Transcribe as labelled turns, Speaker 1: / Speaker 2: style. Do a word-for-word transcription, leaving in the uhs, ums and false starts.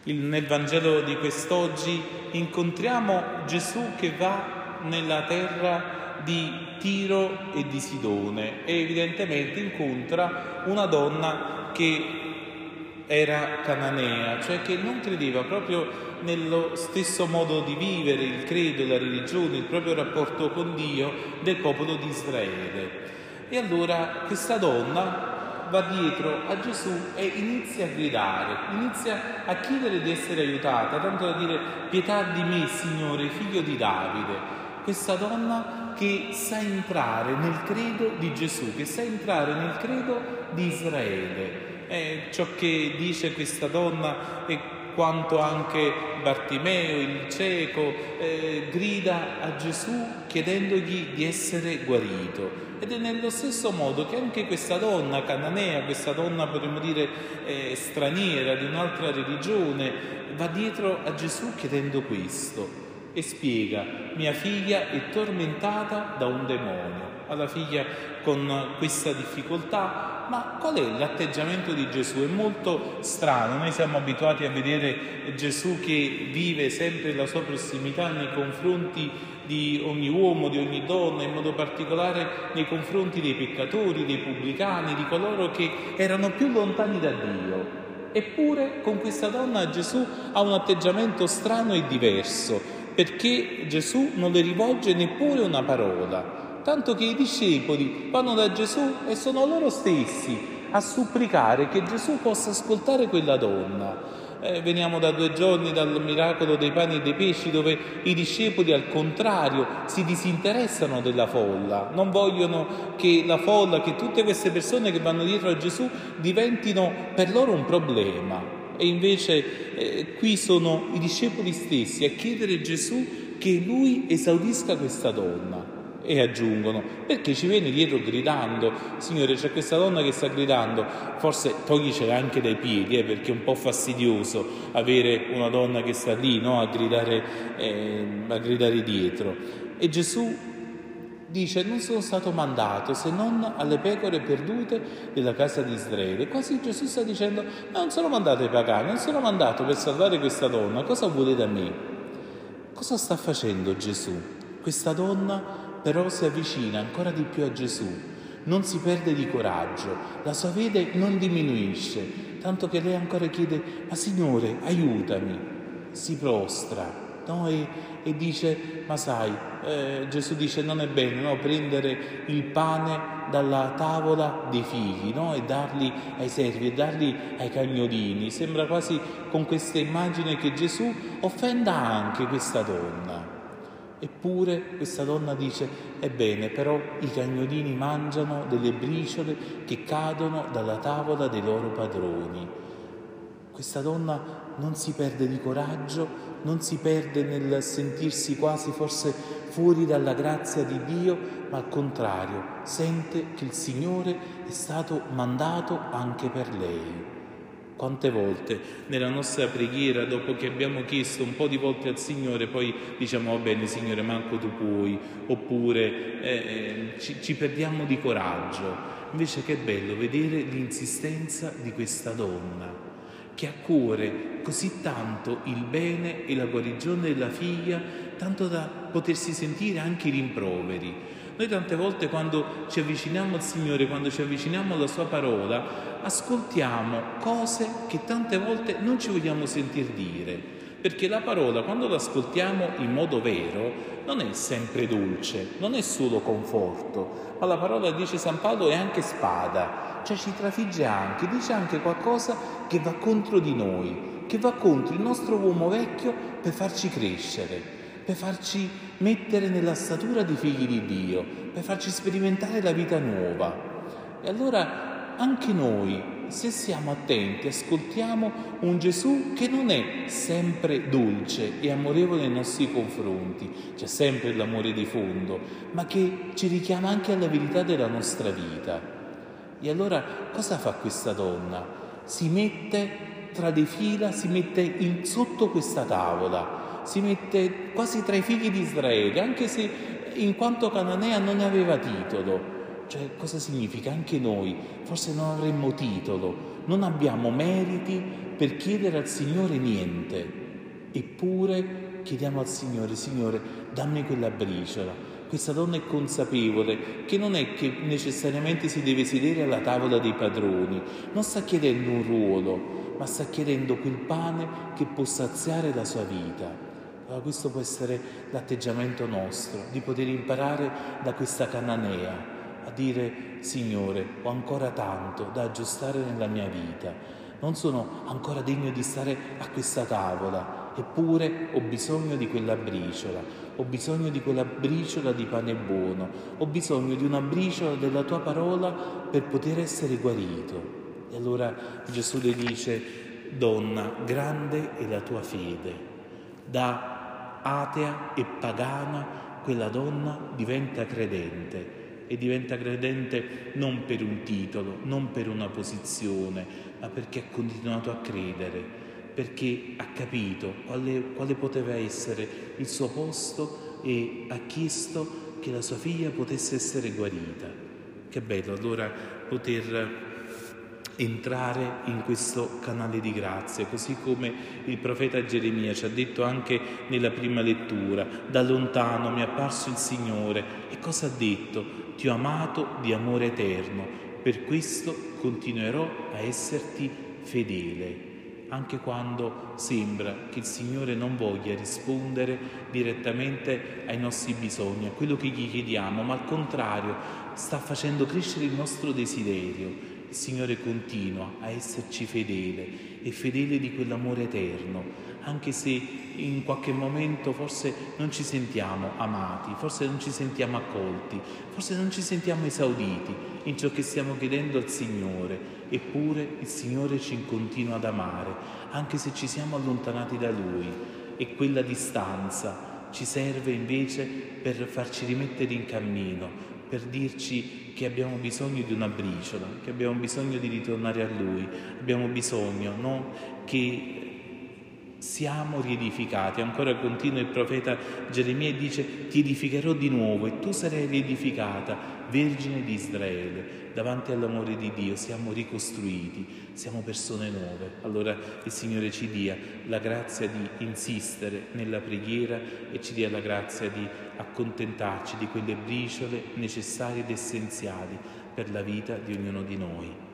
Speaker 1: Il, nel Vangelo di quest'oggi incontriamo Gesù che va nella terra di Tiro e di Sidone e evidentemente incontra una donna che era cananea, cioè che non credeva proprio nello stesso modo di vivere, il credo, la religione, il proprio rapporto con Dio del popolo di Israele. E allora questa donna va dietro a Gesù e inizia a gridare, inizia a chiedere di essere aiutata, tanto da dire: pietà di me, Signore, figlio di Davide. Questa donna che sa entrare nel credo di Gesù, che sa entrare nel credo di Israele. È ciò che dice questa donna e quanto anche Bartimeo, il cieco, eh, grida a Gesù chiedendogli di essere guarito. Ed è nello stesso modo che anche questa donna cananea, questa donna potremmo dire eh, straniera di un'altra religione, va dietro a Gesù chiedendo questo e spiega: mia figlia è tormentata da un demonio. Alla figlia con questa difficoltà, ma qual è l'atteggiamento di Gesù? È molto strano, noi siamo abituati a vedere Gesù che vive sempre la sua prossimità nei confronti di ogni uomo, di ogni donna, in modo particolare nei confronti dei peccatori, dei pubblicani, di coloro che erano più lontani da Dio. Eppure con questa donna Gesù ha un atteggiamento strano e diverso, perché Gesù non le rivolge neppure una parola. Tanto che i discepoli vanno da Gesù e sono loro stessi a supplicare che Gesù possa ascoltare quella donna. Eh, veniamo da due giorni dal miracolo dei pani e dei pesci, dove i discepoli al contrario si disinteressano della folla, non vogliono che la folla, che tutte queste persone che vanno dietro a Gesù diventino per loro un problema. E invece eh, qui sono i discepoli stessi a chiedere a Gesù che lui esaudisca questa donna. E aggiungono: perché ci viene dietro gridando? Signore, c'è questa donna che sta gridando, forse toglicela anche dai piedi, eh, perché è un po' fastidioso avere una donna che sta lì, no, a gridare, eh, a gridare dietro. E Gesù dice: non sono stato mandato se non alle pecore perdute della casa di Israele. Quasi Gesù sta dicendo: ma non sono mandato ai pagani, non sono mandato per salvare questa donna, cosa vuole da me? Cosa sta facendo Gesù? Questa donna però si avvicina ancora di più a Gesù, non si perde di coraggio, la sua fede non diminuisce, tanto che lei ancora chiede: ma Signore, aiutami. Si prostra, no? e, e dice: ma sai, eh, Gesù dice: non è bene, no, prendere il pane dalla tavola dei figli, no, e darli ai servi e darli ai cagnolini. Sembra quasi con questa immagine che Gesù offenda anche questa donna. Eppure questa donna dice: ebbene, però i cagnolini mangiano delle briciole che cadono dalla tavola dei loro padroni. Questa donna non si perde di coraggio, non si perde nel sentirsi quasi forse fuori dalla grazia di Dio, ma al contrario sente che il Signore è stato mandato anche per lei. Quante volte nella nostra preghiera, dopo che abbiamo chiesto un po' di volte al Signore, poi diciamo: va bene Signore, manco tu puoi, oppure eh, ci, ci perdiamo di coraggio. Invece che bello vedere l'insistenza di questa donna che ha a cuore così tanto il bene e la guarigione della figlia, tanto da potersi sentire anche i rimproveri. Noi tante volte quando ci avviciniamo al Signore, quando ci avviciniamo alla Sua parola, ascoltiamo cose che tante volte non ci vogliamo sentir dire, perché la parola, quando l'ascoltiamo in modo vero, non è sempre dolce, non è solo conforto, ma la parola, dice San Paolo, è anche spada, cioè ci trafigge anche, dice anche qualcosa che va contro di noi, che va contro il nostro uomo vecchio per farci crescere, per farci mettere nella statura di figli di Dio, per farci sperimentare la vita nuova. E allora anche noi, se siamo attenti, ascoltiamo un Gesù che non è sempre dolce e amorevole nei nostri confronti, c'è sempre l'amore di fondo, ma che ci richiama anche alla verità della nostra vita. E allora cosa fa questa donna? Si mette tra le fila, si mette in, sotto questa tavola, si mette quasi tra i figli di Israele, anche se in quanto cananea non ne aveva titolo. Cioè, cosa significa? Anche noi forse non avremmo titolo, non abbiamo meriti per chiedere al Signore niente, eppure chiediamo al Signore: Signore, dammi quella briciola. Questa donna è consapevole che non è che necessariamente si deve sedere alla tavola dei padroni, non sta chiedendo un ruolo, ma sta chiedendo quel pane che può saziare la sua vita. Allora questo può essere l'atteggiamento nostro, di poter imparare da questa cananea a dire: Signore, ho ancora tanto da aggiustare nella mia vita, non sono ancora degno di stare a questa tavola, eppure ho bisogno di quella briciola, ho bisogno di quella briciola di pane buono, ho bisogno di una briciola della tua parola per poter essere guarito. E allora Gesù le dice: donna, grande è la tua fede. Da atea e pagana quella donna diventa credente. E diventa credente non per un titolo, non per una posizione, ma perché ha continuato a credere, perché ha capito quale, quale poteva essere il suo posto e ha chiesto che la sua figlia potesse essere guarita. Che bello allora poter entrare in questo canale di grazia, così come il profeta Geremia ci ha detto anche nella prima lettura: da lontano mi è apparso il Signore. E cosa ha detto? Ti ho amato di amore eterno, per questo continuerò a esserti fedele. Anche quando sembra che il Signore non voglia rispondere direttamente ai nostri bisogni, a quello che gli chiediamo, ma al contrario sta facendo crescere il nostro desiderio. Il Signore continua a esserci fedele e fedele di quell'amore eterno, anche se in qualche momento forse non ci sentiamo amati, forse non ci sentiamo accolti, forse non ci sentiamo esauditi in ciò che stiamo chiedendo al Signore, eppure il Signore ci continua ad amare, anche se ci siamo allontanati da Lui, e quella distanza ci serve invece per farci rimettere in cammino, per dirci che abbiamo bisogno di una briciola, che abbiamo bisogno di ritornare a Lui, abbiamo bisogno, no? Che siamo riedificati. Ancora continua il profeta Geremia e dice: ti edificherò di nuovo e tu sarai riedificata, Vergine di Israele. Davanti all'amore di Dio siamo ricostruiti, siamo persone nuove. Allora il Signore ci dia la grazia di insistere nella preghiera e ci dia la grazia di accontentarci di quelle briciole necessarie ed essenziali per la vita di ognuno di noi.